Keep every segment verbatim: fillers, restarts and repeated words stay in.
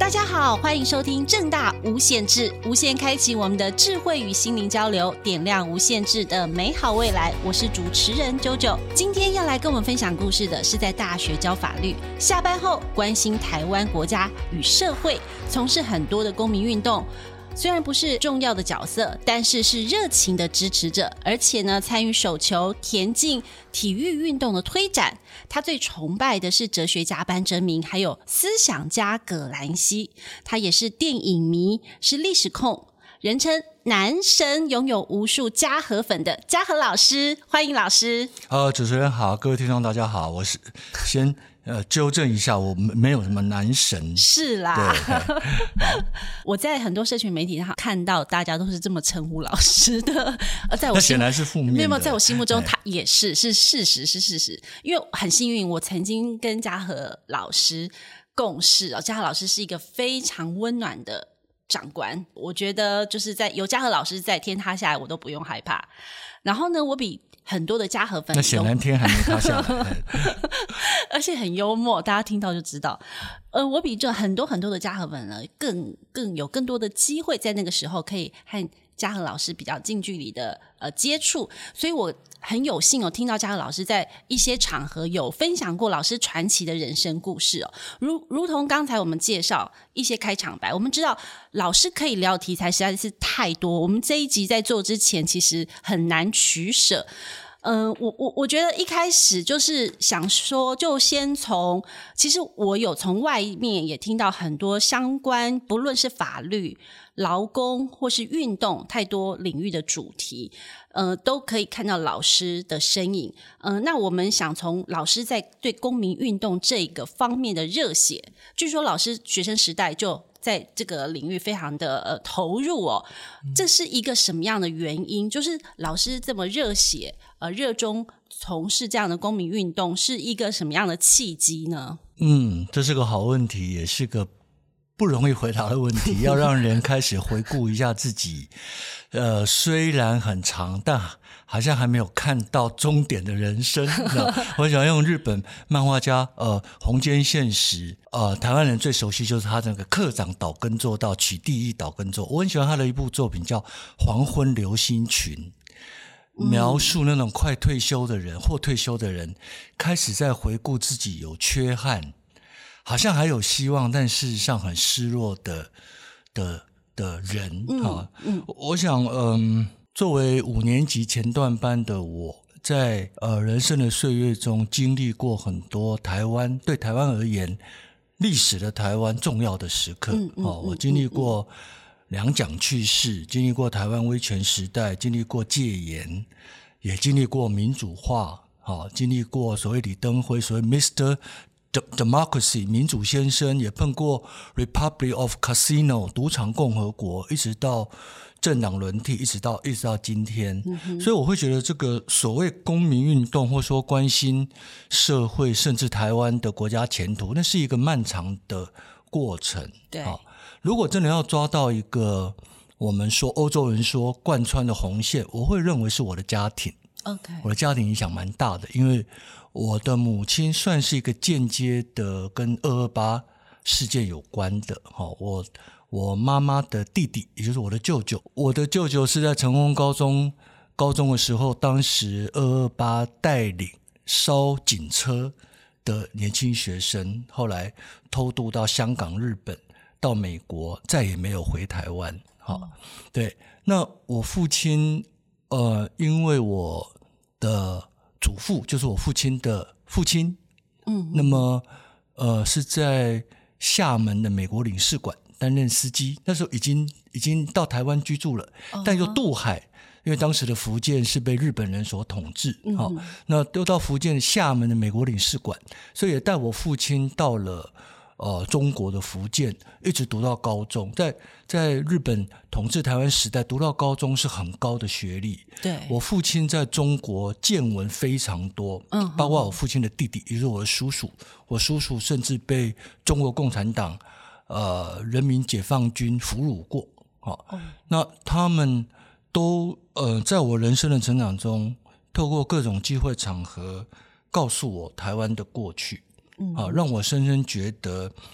家好，欢迎收听政大无限制，无限开启我们的智慧与心灵交流，点亮无限制的美好未来。我是主持人九九，今天要来跟我们分享故事的是在大学教法律，下班后关心台湾国家与社会，从事很多的公民运动。虽然不是重要的角色，但是是热情的支持者，而且呢，参与手球、田径、体育运动的推展。他最崇拜的是哲学家班哲明，还有思想家葛兰西。他也是电影迷，是历史控，人称男神，拥有无数嘉禾粉的嘉禾老师。欢迎老师。 呃，主持人好，各位听众大家好，我是先呃，纠正一下，我没有什么男神。 是啦，我在很多社群媒体上看到大家都是这么称呼老师的，在我那显然是负面的。 没有，在我心目中他也是是事实，是事实。因为很幸运，我曾经跟嘉禾老师共事哦，嘉禾老师是一个非常温暖的长官，我觉得就是在有嘉禾老师在，天塌下来我都不用害怕。然后呢，我比很多的嘉禾粉， 那显然天还没塌下来而且很幽默，大家听到就知道。呃，我比这很多很多的嘉禾粉呢，更更有更多的机会在那个时候可以和嘉禾老师比较近距离的呃接触，所以我很有幸哦，听到嘉禾老师在一些场合有分享过老师传奇的人生故事哦，如如同刚才我们介绍一些开场白，我们知道老师可以聊的题材实在是太多，我们这一集在做之前其实很难取舍。嗯、呃，我我我觉得一开始就是想说，就先从，其实我有从外面也听到很多相关，不论是法律、劳工或是运动，太多领域的主题，呃，都可以看到老师的身影。呃，那我们想从老师在对公民运动这个方面的热血，据说老师学生时代就在这个领域非常的呃投入哦，这是一个什么样的原因？就是老师这么热血，呃，热衷从事这样的公民运动，是一个什么样的契机呢？ 嗯，这是个好问题，也是个不容易回答的问题，要让人开始回顾一下自己。呃，虽然很长，但好像还没有看到终点的人生。我想用日本漫画家呃红间宪实，呃台湾人最熟悉就是他那个课长岛根做到取第一岛根做，我很喜欢他的一部作品叫《黄昏流星群》。描述那种快退休的人或退休的人开始在回顾自己有缺憾，好像还有希望，但事实上很失落的的的人、嗯啊嗯、我想嗯，作为五年级前段班的我，在呃人生的岁月中经历过很多台湾对台湾而言历史的台湾重要的时刻、嗯嗯啊、我经历过两蒋去世，经历过台湾威权时代，经历过戒严，也经历过民主化、啊、经历过所谓李登辉所谓 Mister Democracy 民主先生，也碰过 Republic of Casino 赌场共和国，一直到政党轮替，一直到一直到今天、嗯、所以我会觉得这个所谓公民运动，或说关心社会甚至台湾的国家前途，那是一个漫长的过程。 对、 啊，如果真的要抓到一个我们说欧洲人说贯穿的红线，我会认为是我的家庭。 OK， 我的家庭影响蛮大的，因为我的母亲算是一个间接的跟二二八事件有关的。我我妈妈的弟弟，也就是我的舅舅，我的舅舅是在成功高中高中的时候，当时二二八带领烧警车的年轻学生，后来偷渡到香港、日本，到美国，再也没有回台湾。好，对，那我父亲呃，因为我的祖父就是我父亲的父亲，嗯，那么呃是在厦门的美国领事馆担任司机，那时候已经已经到台湾居住了，但又渡海，因为当时的福建是被日本人所统治，嗯哦、那丢到福建厦门的美国领事馆，所以也带我父亲到了呃，中国的福建，一直读到高中，在在日本统治台湾时代，读到高中是很高的学历。 对， 我父亲在中国见闻非常多，嗯，包括我父亲的弟弟，也就是我的叔叔，我叔叔甚至被中国共产党、呃人民解放军俘虏过。哦哦、那他们都呃，在我人生的成长中，透过各种机会场合，告诉我台湾的过去。啊，让我深深觉得，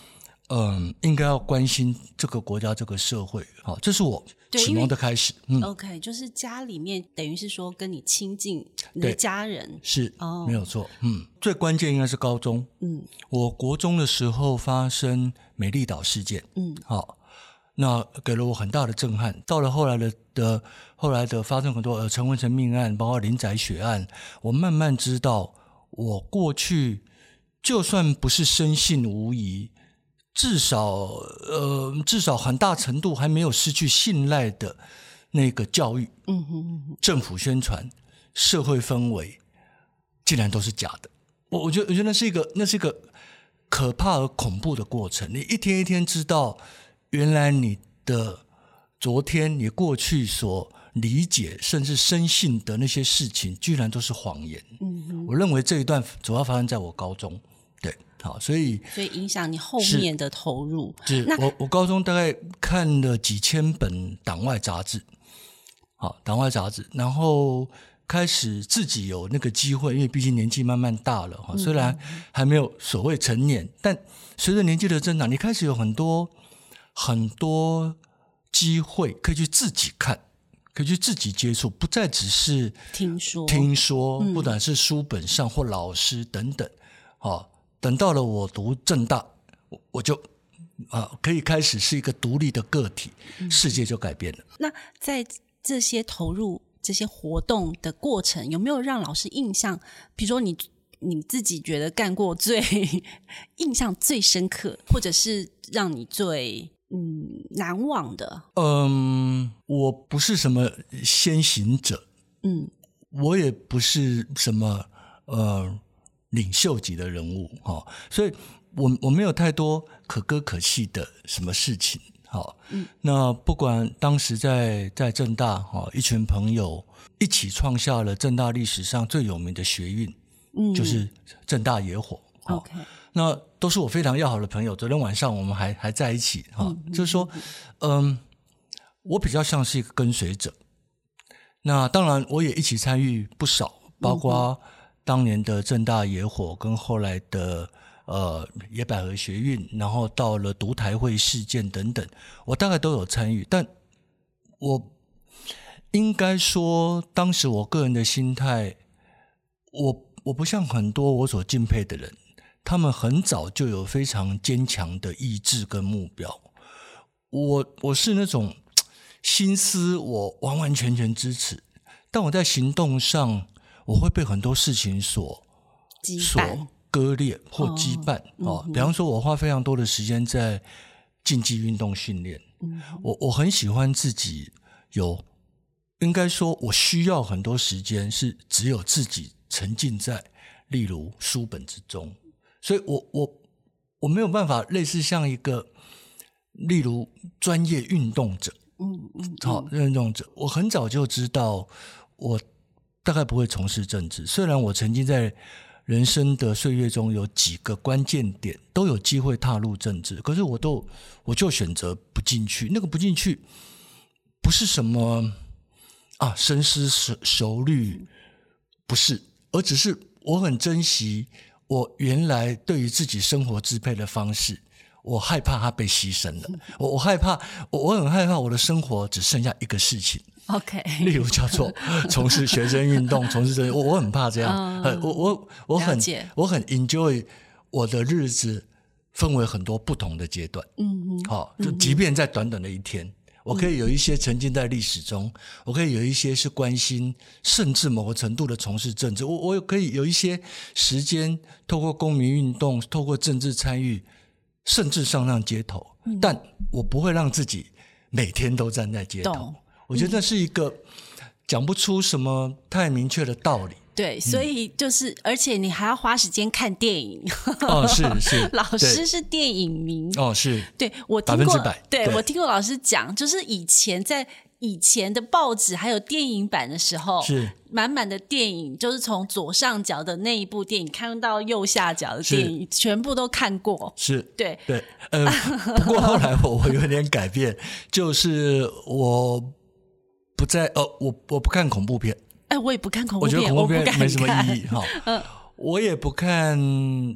嗯，应该要关心这个国家这个社会，好，这是我启蒙的开始。嗯 OK， 就是家里面等于是说跟你亲近你的家人是、 哦、 没有错。嗯，最关键应该是高中。 嗯， 我国中的时候发生美丽岛事件。嗯，好，那给了我很大的震撼。到了后来的的后来的发生很多呃陈文成命案，包括林宅血案，我慢慢知道，我过去就算不是深信无疑。至少呃，至少很大程度还没有失去信赖的那个教育， 嗯哼嗯哼， 政府宣传、社会氛围，竟然都是假的。我我觉得，我觉得那是一个，那是一个可怕而恐怖的过程。你一天一天知道，原来你的昨天、你过去所理解甚至深信的那些事情，居然都是谎言。嗯哼，我认为这一段主要发生在我高中。对，好，所以所以影响你后面的投入。 是是我我高中大概看了几千本党外杂志，好，党外杂志，然后开始自己有那个机会，因为毕竟年纪慢慢大了，嗯、虽然还没有所谓成年，但随着年纪的增长，你开始有很多很多机会可以去自己看。可以去自己接触，不再只是听说听说，不管是书本上或老师等等。哦，等到了我读政大，我我就啊可以开始是一个独立的个体，世界就改变了。 那在这些投入这些活动的过程，有没有让老师印象？比如说你你自己觉得干过最印象最深刻，或者是让你最嗯难忘的？ 嗯，我不是什么先行者，嗯，我也不是什么呃领袖级的人物，哦，所以我我没有太多可歌可泣的什么事情。好，嗯，那不管当时在在政大，哈，一群朋友一起创下了政大历史上最有名的学运，嗯，就是政大野火。 OK， 那都是我非常要好的朋友。昨天晚上我们还还在一起，哈，嗯，就是说，嗯，我比较像是一个跟随者。那当然，我也一起参与不少，包括当年的政大野火，跟后来的。呃，野百合学运，然后到了独台会事件等等，我大概都有参与。但我应该说，当时我个人的心态，我我不像很多我所敬佩的人，他们很早就有非常坚强的意志跟目标。我我是那种心思我完完全全支持，但我在行动上，我会被很多事情所所。割裂或羁绊，哦哦，比方说我花非常多的时间在竞技运动训练，嗯，我我很喜欢自己有，应该说我需要很多时间是只有自己沉浸在例如书本之中，所以我我我没有办法类似像一个例如专业运动者，嗯嗯，好，哦，运动者，我很早就知道我大概不会从事政治，虽然我曾经在人生的岁月中有几个关键点都有机会踏入政治，可是我都我就选择不进去。那个不进去不是什么啊深思熟熟虑，不是，而只是我很珍惜我原来对于自己生活支配的方式，我害怕它被牺牲了。我我害怕，我我很害怕我的生活只剩下一个事情。 OK， 例如叫做从事学生运动，从事这我我很怕这样，嗯、我我我很我很 enjoy 我的日子分为很多不同的阶段，嗯嗯，好，就即便在短短的一天，嗯、我可以有一些沉浸在历史中，我可以有一些是关心，甚至某个程度的从事政治，我我可以有一些时间透过公民运动，透过政治参与，甚至上上街头，嗯、但我不会让自己每天都站在街头。我觉得那是一个讲不出什么太明确的道理。 对，所以就是，嗯、而且你还要花时间看电影。 哦，是是， 老师是电影迷。 哦，是。 对，我听过， 百分之百。 对， 对我听过老师讲，就是以前在以前的报纸还有电影版的时候， 是满满的电影，就是从左上角的那一部电影看到右下角的电影，全部都看过。 是， 对对。呃，不过后来我我有点改变，就是我。不在呃，我我不看恐怖片， 哎，我也不看恐怖片， 我觉得恐怖片没什么意义哈。 嗯， 我也不看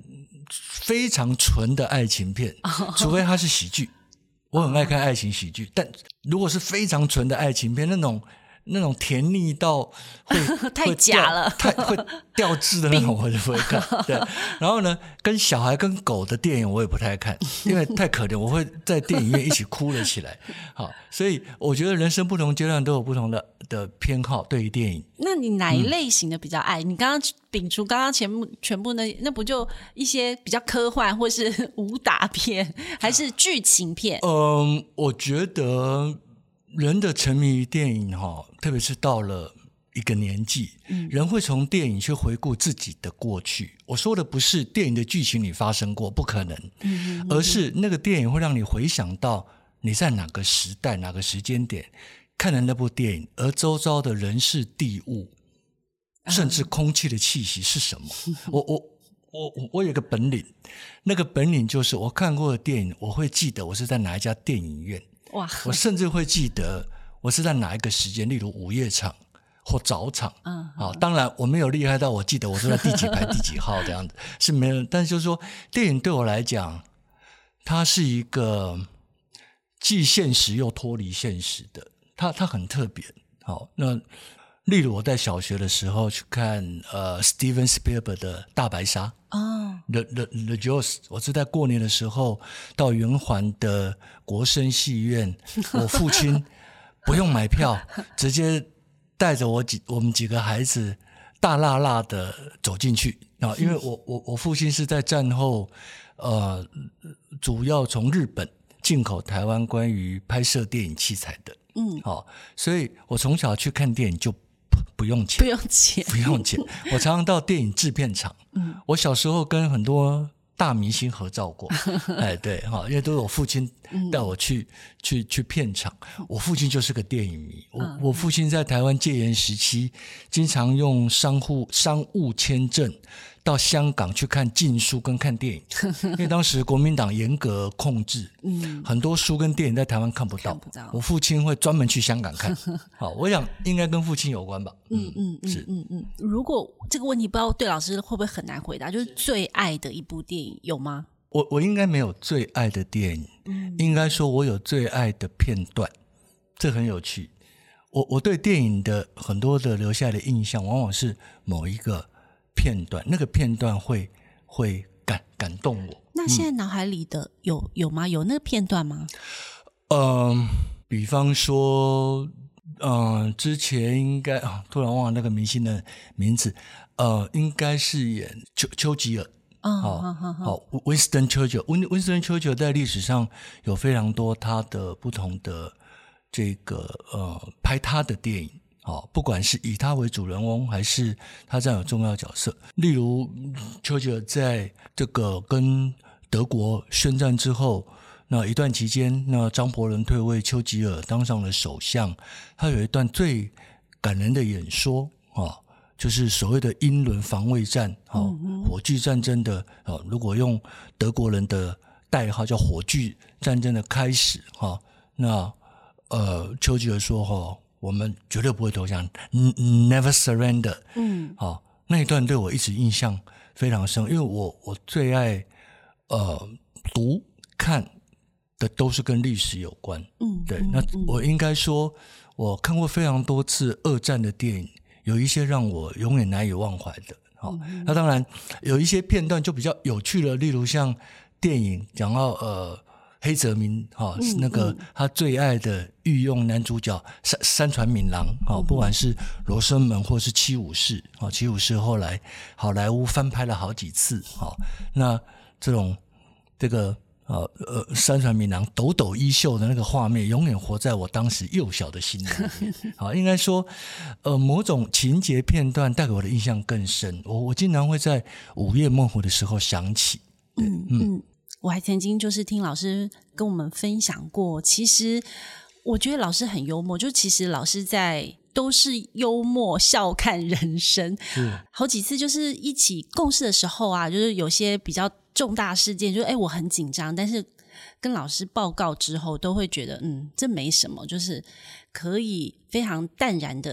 非常纯的爱情片，除非它是喜剧，我很爱看爱情喜剧，但如果是非常纯的爱情片，那种那种甜腻到会太假了， 太会掉质的那种，我就不会看。对，然后呢，跟小孩跟狗的电影我也不太看，因为太可怜，我会在电影院一起哭了起来。好，所以我觉得人生不同阶段都有不同的的偏好对于电影。 那你哪一类型的比较爱？嗯、你刚刚摒除刚刚全部全部那那不就一些比较科幻或是武打片，还是剧情片？ 嗯，我觉得人的沉迷于电影哈，特别是到了一个年纪，嗯、人会从电影去回顾自己的过去。我说的不是电影的剧情里发生过，不可能，嗯、而是那个电影会让你回想到你在哪个时代、哪个时间点看了那部电影，而周遭的人事地物，甚至空气的气息是什么？嗯、我我我我有个本领，那个本领就是我看过的电影，我会记得我是在哪一家电影院。哇！我甚至会记得我是在哪一个时间，例如午夜场或早场。嗯，好，当然我没有厉害到我记得我是在第几排第几号这样子，是没有。但是就是说，电影对我来讲，它是一个既现实又脱离现实的，它它很特别。好，那例如我在小学的时候去看呃 Steven Spielberg 的大白鲨。哦、The, The, The Jaws， 我是在过年的时候到圆环的国生戏院，我父亲不用买票，直接带着我几我们几个孩子大辣辣的走进去啊！因为我我我父亲是在战后呃，主要从日本进口台湾关于拍摄电影器材的，嗯，好、哦，所以我从小去看电影就不用钱， 不用钱， 不用钱。我常常到电影制片厂，嗯，我小时候跟很多大明星合照过，哎，对哈，因为都是我父亲带我去、嗯、去去片场。我父亲就是个电影迷，我、嗯、我父亲在台湾戒严时期，经常用商户商务签证到香港去看禁书跟看电影，因为当时国民党严格控制，嗯，很多书跟电影在台湾看不到，看不到，我父亲会专门去香港看。好，我想应该跟父亲有关吧。 嗯嗯嗯，是嗯嗯。如果这个问题不知道对老师会不会很难回答，就是最爱的一部电影有吗？ 我我应该没有最爱的电影，嗯，应该说我有最爱的片段，这很有趣。我我对电影的很多的留下来的印象，往往是某一个片段，那个片段会会感感动我。 那现在脑海里的有、嗯、有吗？有那个片段吗？ 嗯、呃，比方说，嗯、呃，之前应该啊，突然忘了那个明星的名字，呃，应该是演丘丘吉尔。哦，好好好 ，Winston Churchill，Winston Churchill 在历史上有非常多他的不同的这个呃拍他的电影。好，不管是以他为主人翁，还是他占有重要角色，例如丘吉尔在这个跟德国宣战之后，那一段期间，那张伯伦退位，丘吉尔当上了首相，他有一段最感人的演说啊，就是所谓的英伦防卫战，啊，火炬战争的啊，如果用德国人的代号叫火炬战争的开始啊，那呃，丘吉尔说哈。我们绝对不会投降 ，never surrender。嗯，好，那一段对我一直印象非常深，因为我我最爱呃读看的都是跟历史有关。嗯，对，那我应该说，我看过非常多次二战的电影，有一些让我永远难以忘怀的。好，嗯、那当然有一些片段就比较有趣了，例如像电影讲到呃。黑泽明哈、哦、是那个他最爱的御用男主角山山川敏郎哈、哦，不管是罗生门或是七武士啊、哦，七武士后来好莱坞翻拍了好几次哈、哦，那这种这个呃呃山川敏郎抖抖衣袖的那个画面，永远活在我当时幼小的心里面。好，应该说呃某种情节片段带给我的印象更深，我我经常会在午夜梦回的时候想起。 嗯嗯。我还曾经就是听老师跟我们分享过，其实我觉得老师很幽默，就其实老师在都是幽默笑看人生。好几次就是一起共事的时候啊，就是有些比较重大事件，就是哎我很紧张，但是跟老师报告之后都会觉得嗯这没什么，就是可以非常淡然的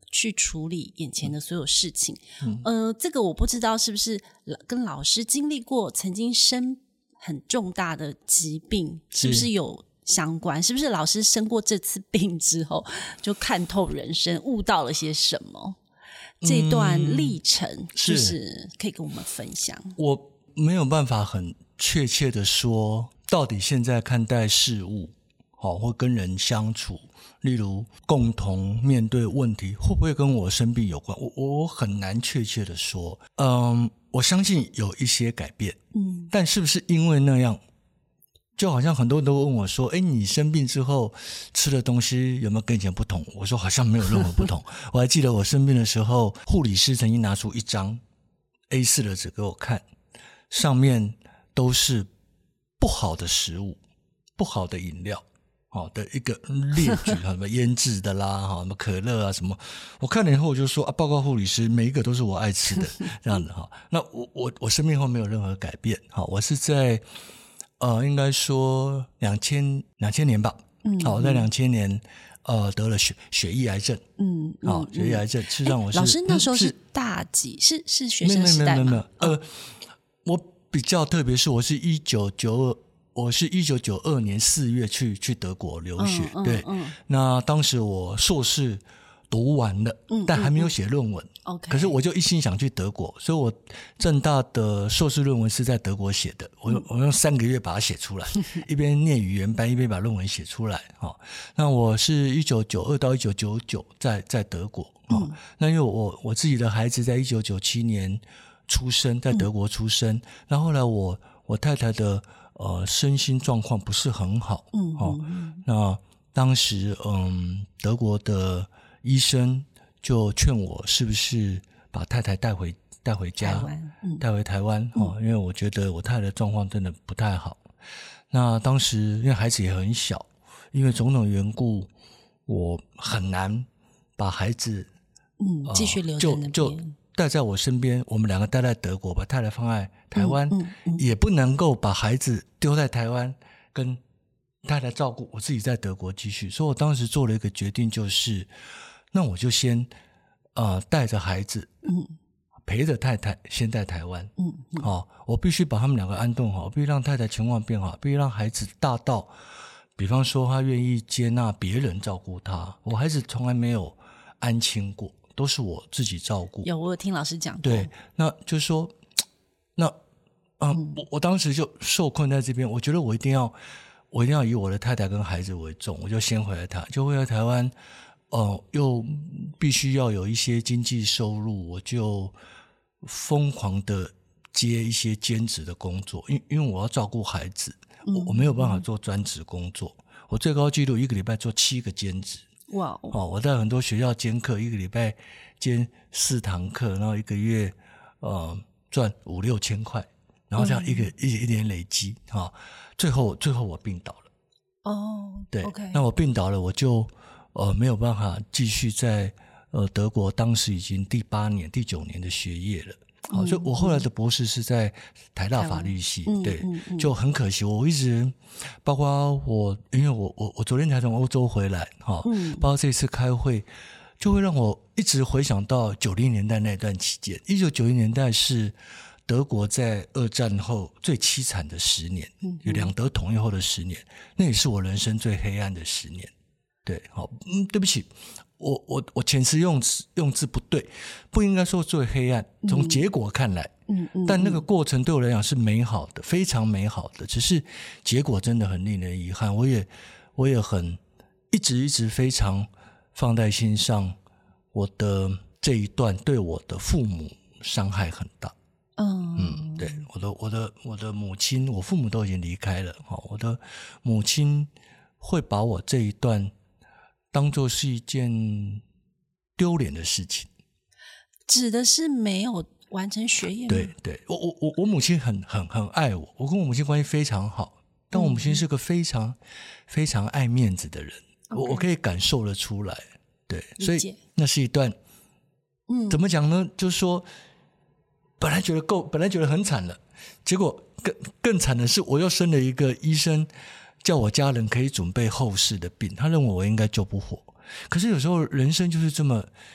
去处理眼前的所有事情。 嗯、 呃，这个我不知道是不是跟老师经历过曾经生很重大的疾病是不是有相关？是不是老师生过这次病之后就看透人生，悟到了些什么？这段历程就是可以跟我们分享。 嗯、我没有办法很确切的说到底现在看待事物好，或跟人相处，例如共同面对问题会不会跟我生病有关，我我很难确切的说。嗯，我相信有一些改变，嗯，但是不是因为那样，就好像很多人都问我说，诶，你生病之后吃的东西有没有跟以前不同？我说好像没有任何不同。我还记得我生病的时候，护理师曾经拿出一张 A 四 的纸给我看，上面都是不好的食物，不好的饮料好的一个列举，什么腌制的啦，什么可乐啊，什么。我看了以后我就说啊，报告护理师，每一个都是我爱吃的，这样子哈。那我我我生病后没有任何改变，好，我是在呃，应该说两千两千年吧，嗯，好，我在两千年呃得了血血液癌症，嗯，好、嗯，血液癌症是让我是、 老师那时候是大几？嗯、是是学生时代吗？ 没有没有没有，呃，我比较特别是我是一九九二。我是一九九二年四月去去德国留学，嗯嗯、对、嗯，那当时我硕士读完了，嗯、但还没有写论文、嗯、可是我就一心想去德国，所以我政大的硕士论文是在德国写的，我用、嗯、我用三个月把它写出来，一边念语言班一边把论文写出来、哦、那我是一九九二到一九九九在在德国、哦嗯、那因为我我自己的孩子在一九九七年出生，在德国出生，嗯、那后来我我太太的呃，身心状况不是很好，嗯，哦，嗯那当时嗯，德国的医生就劝我是不是把太太带回带回家，嗯、带回台湾哦、嗯，因为我觉得我太太的状况真的不太好。那当时因为孩子也很小，因为种种缘故，我很难把孩子嗯、呃、继续留在那边。 就就带在我身边，我们两个待在德国，把太太放在台湾、嗯嗯嗯、也不能够把孩子丢在台湾跟太太照顾，我自己在德国继续，所以我当时做了一个决定，就是那我就先呃带着孩子、嗯、陪着太太先在台湾、嗯嗯哦、我必须把他们两个安顿好，必须让太太情况变好，必须让孩子大到比方说他愿意接纳别人照顾他，我孩子从来没有安亲过，都是我自己照顾。 有，我有听老师讲过。 对，那就是说，那嗯，嗯我我当时就受困在这边，我觉得我一定要，我一定要以我的太太跟孩子为重，我就先回来台，就回来台湾，呃，又必须要有一些经济收入，我就疯狂的接一些兼职的工作，因因为我要照顾孩子，嗯、我我没有办法做专职工作，嗯、我最高纪录一个礼拜做七个兼职。 哇、wow 哦！我在很多学校兼课，一个礼拜兼四堂课，然后一个月呃赚五六千块，然后这样一个、嗯、一一点累积哈、哦，最后最后我病倒了。 哦， 对， okay 那我病倒了，我就呃没有办法继续在呃德国，当时已经第八年、第九年的学业了。好、嗯，所以我后来的博士是在台大法律系，对、嗯嗯，就很可惜。我一直，包括我，因为我我我昨天才从欧洲回来，哈、嗯，包括这次开会，就会让我一直回想到九零年代那段期间。一九九零年代是德国在二战后最凄惨的十年，嗯，有两德统一后的十年，那也是我人生最黑暗的十年。对，好，嗯，对不起。我我我遣词用词用字不对，不应该说最黑暗。从结果看来，嗯嗯，但那个过程对我来讲是美好的，非常美好的。只是结果真的很令人遗憾，我也我也很一直一直非常放在心上。我的这一段对我的父母伤害很大。嗯嗯，对，我的我的我的母亲，我父母都已经离开了，我的母亲会把我这一段当作是一件丢脸的事情。 指的是没有完成学业吗？ 对对，我我我我母亲很很很爱我，我跟我母亲关系非常好，但我母亲是个非常、嗯、非常爱面子的人， okay. 我我可以感受得出来。对，所以那是一段，嗯，怎么讲呢？就是说，本来觉得够，本来觉得很惨了，结果更更惨的是，我又生了一个医生叫我家人可以准备后事的病，他认为我应该救不活。可是有时候人生就是这么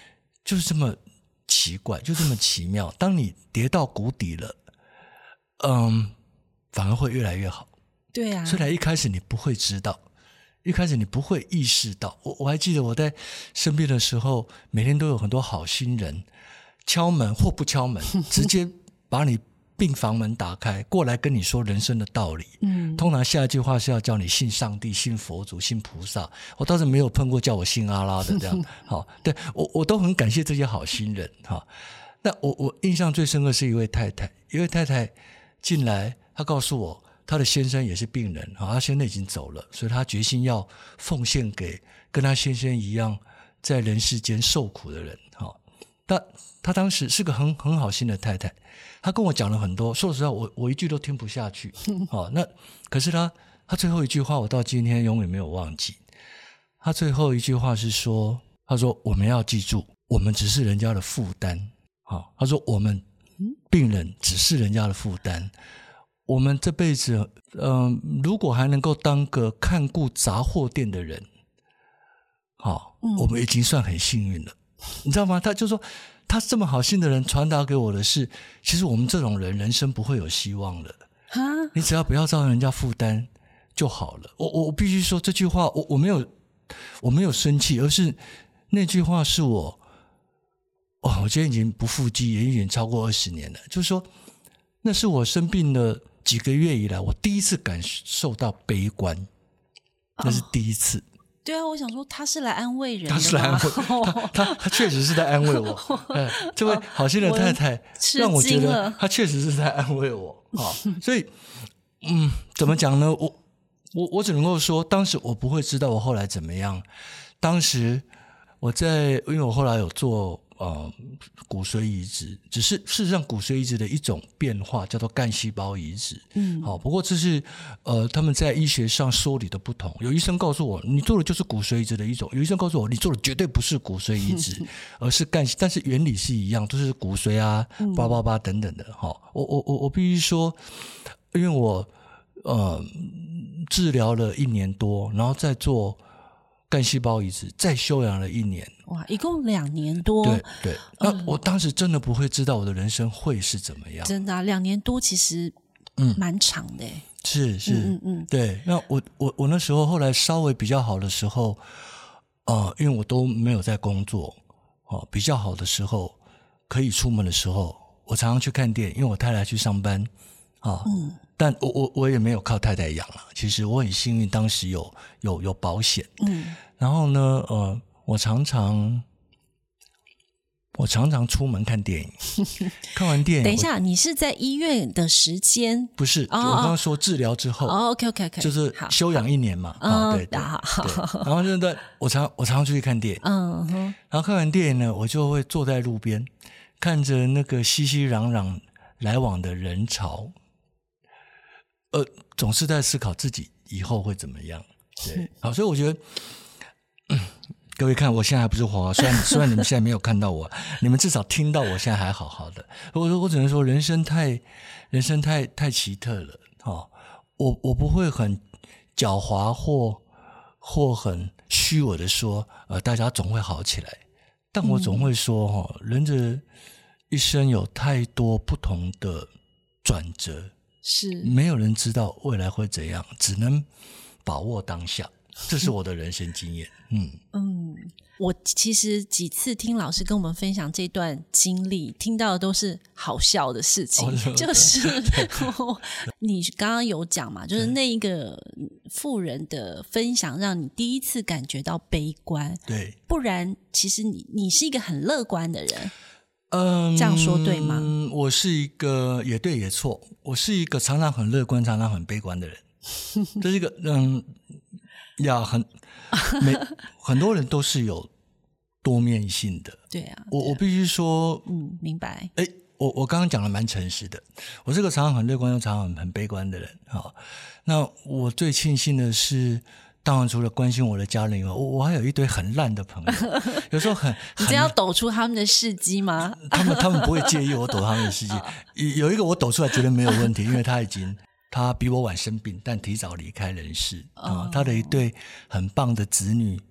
就是这么奇怪，就这么奇妙。当你跌到谷底了，嗯，反而会越来越好。 对啊， 虽然一开始你不会知道，一开始你不会意识到。我我还记得我在生病的时候，每天都有很多好心人敲门或不敲门，直接把你病房门打开过来跟你说人生的道理。嗯，通常下一句话是要叫你信上帝、信佛祖、信菩萨。我倒是没有碰过叫我信阿拉的这样。好，对，我我都很感谢这些好心人哈。那我我印象最深刻是一位太太，一位太太进来，她告诉我她的先生也是病人，她先生已经走了，所以她决心要奉献给跟她先生一样在人世间受苦的人。但她当时是个很很好心的太太，她跟我讲了很多，说实话我我一句都听不下去。哦，那可是她她最后一句话我到今天永远没有忘记。她最后一句话是说，她说我们要记住，我们只是人家的负担。哦，她说我们病人只是人家的负担。我们这辈子嗯、呃，如果还能够当个看顾杂货店的人，好、哦，我们已经算很幸运了。你知道吗？他就说他这么好心的人传达给我的是，其实我们这种人人生不会有希望了，你只要不要造成人家负担就好了。我我必须说这句话，我我没有我没有生气，而是那句话是我哦，我今天已经不复记，也已经超过二十年了。就是说，那是我生病了几个月以来，我第一次感受到悲观，那是第一次。哦， 对啊，我想说他是来安慰人的， 他是来安慰他他他确实是在安慰我。嗯，这位好心的太太让我觉得他确实是在安慰我。哦，所以嗯，怎么讲呢？我我我只能够说，当时我不会知道我后来怎么样。当时我在，因为我后来有做呃骨髓移植，只是事实上骨髓移植的一种变化叫做干细胞移植。嗯，好，不过这是呃他们在医学上说理的不同。有医生告诉我你做的就是骨髓移植的一种，有医生告诉我你做的绝对不是骨髓移植，而是干细，但是原理是一样，都是骨髓啊叭叭叭等等的。好，我我我我必须说，因为我呃治疗了一年多，然后再做干细胞移植，再休养了一年。 哇，一共两年多。 对对，那我当时真的不会知道我的人生会是怎么样。 真的啊，两年多其实嗯蛮长的。 是是， 嗯嗯嗯， 对。那我我我那时候后来稍微比较好的时候，呃，因为我都没有在工作，哦，比较好的时候可以出门的时候，我常常去看店，因为我太太去上班啊。嗯。但我我我也没有靠太太养了。其实我很幸运，当时有有有保险。嗯。然后呢，呃，我常常我常常出门看电影，看完电影。 等一下，你是在医院的时间？ 不是，哦、我刚刚说治疗之后。 哦 ，OK OK OK， 就是休养一年嘛。啊、哦，对对对。然后现在我常我常常出去看电影。嗯哼。然后看完电影呢，我就会坐在路边，看着那个熙熙攘攘来往的人潮。呃，总是在思考自己以后会怎么样。对，好，所以我觉得，嗯，各位看，我现在还不是活，虽然虽然你们现在没有看到我，你们至少听到我现在还好好的。我我只能说，人生太人生太太奇特了。哦，我我不会很狡猾或或很虚伪的说，呃，大家总会好起来。但我总会说，哦，人的一生有太多不同的转折。 是没有人知道未来会怎样，只能把握当下，这是我的人生经验。嗯嗯，我其实几次听老师跟我们分享这段经历，听到的都是好笑的事情。哦、就是你刚刚有讲嘛，就是那一个妇人的分享，让你第一次感觉到悲观。 对， 不然其实你你是一个很乐观的人。 嗯， 这样说对吗？ 我是一个也对也错，我是一个常常很乐观、常常很悲观的人。这是一个嗯呀，很每很多人都是有多面性的。 对啊， 我我必须说， 嗯，明白。 哎，我我刚刚讲的蛮诚实的，我是个常常很乐观又常常很很悲观的人。好，那我最庆幸的是。当然，除了关心我的家人以外，我我还有一堆很烂的朋友，有时候很， 你这要抖出他们的事迹吗？ 他们他们不会介意我抖他们的事迹。有一个我抖出来觉得没有问题，因为他已经他比我晚生病，但提早离开人世啊、哦。他的一对很棒的子女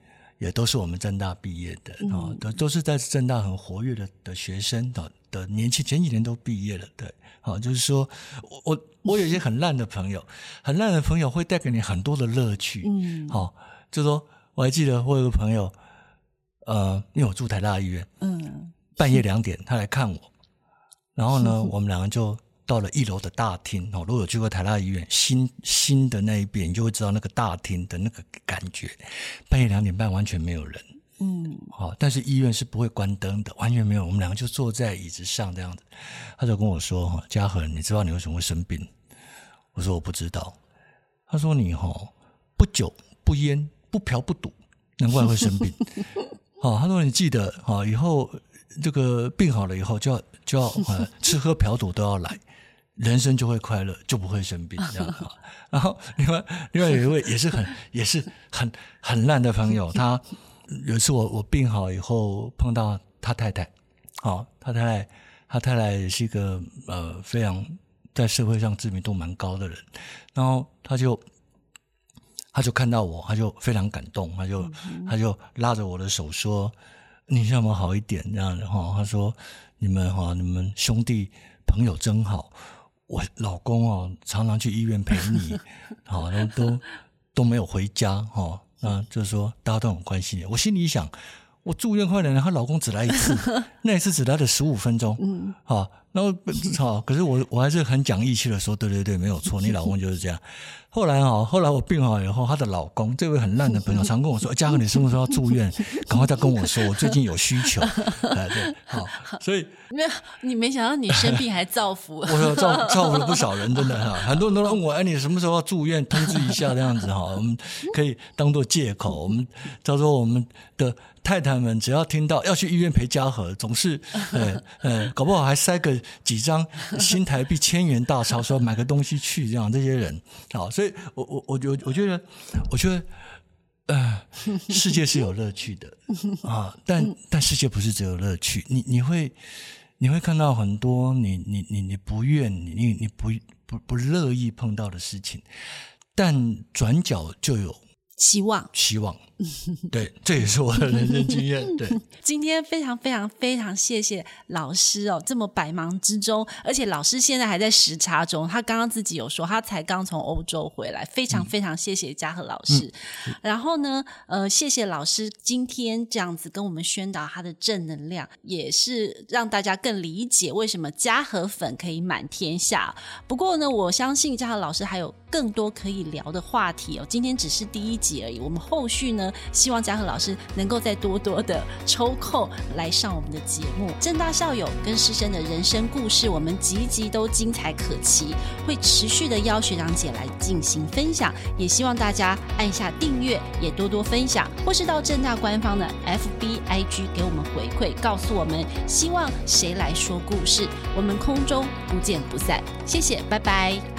也都是我们政大毕业的、嗯哦、都, 都是在政大很活跃 的, 的学生 的, 的年轻，前几年都毕业了。对，好、哦，就是说我我我有一些很烂的朋友，很烂的朋友会带给你很多的乐趣。嗯，好、哦，就是说我还记得我有个朋友，呃，因为我住台大医院，嗯，半夜两点他来看我，然后呢，我们两个就到了一楼的大厅。哦，如果有去过台大医院新新的那一边，你就会知道那个大厅的那个感觉。半夜两点半完全没有人，嗯，好，但是医院是不会关灯的，完全没有。我们两个就坐在椅子上这样子，他就跟我说：“嘉禾，你知道你为什么会生病？”我说：“我不知道。”他说：“你哈不酒不烟不嫖不赌，难怪会生病。”好，他说：“你记得哈，以后这个病好了以后就要就要、呃、吃喝嫖赌都要来。”人生就会快乐，就不会生病这样。然后另外另外有一位也是很也是很很烂的朋友，他有一次我我病好以后碰到他太太，好、哦，他太太他太太也是一个呃非常在社会上知名度蛮高的人，然后他就他就看到我，他就非常感动，他就、嗯、他就拉着我的手说：“你要不要好一点？”这样的哈、哦，他说：“你们哈、哦，你们兄弟朋友真好。”我老公哦，常常去医院陪你，好、哦，都都没有回家哦，那就是说大家都很关心你。我心里想，我住院快点了，她老公只来一次，那一次只来了十五分钟，嗯，好，然后好，可是我我还是很讲义气的说，对对对，没有错，你老公就是这样。后来啊，后来我病好以后，她的老公这位很烂的朋友常跟我说：“嘉禾，你什么时候要住院？赶快再跟我说，我最近有需求。”哎，对，好，所以没有你没想到你生病还造福， 我说造造福了不少人，真的哈，很多人都问我：“哎，你什么时候要住院？通知一下这样子哈，我们可以当做借口。我们到时候我们的太太们只要听到要去医院陪嘉禾，总是呃呃，搞不好还塞个几张新台币千元大钞，说买个东西去这样。这些人好，所以我我我我我觉得，我觉得。”呃，世界是有乐趣的啊，但但世界不是只有乐趣，你你会你会看到很多你你你你不愿你你不不不乐意碰到的事情，但转角就有希望， 希望，对，这也是我的人生经验。对， 今天非常非常非常谢谢老师哦，这么百忙之中，而且老师现在还在时差中，他刚刚自己有说他才刚从欧洲回来，非常非常谢谢嘉禾老师。嗯、然后呢，呃，谢谢老师今天这样子跟我们宣导他的正能量，也是让大家更理解为什么嘉禾粉可以满天下。不过呢，我相信嘉禾老师还有更多可以聊的话题哦，今天只是第一集而已，我们后续呢，希望嘉禾老师能够再多多的抽空来上我们的节目。政大校友跟师生的人生故事，我们集集都精彩可期，会持续的邀学长姐来进行分享，也希望大家按下订阅，也多多分享，或是到政大官方的 F B I G 给我们回馈，告诉我们希望谁来说故事，我们空中不见不散。谢谢，拜拜。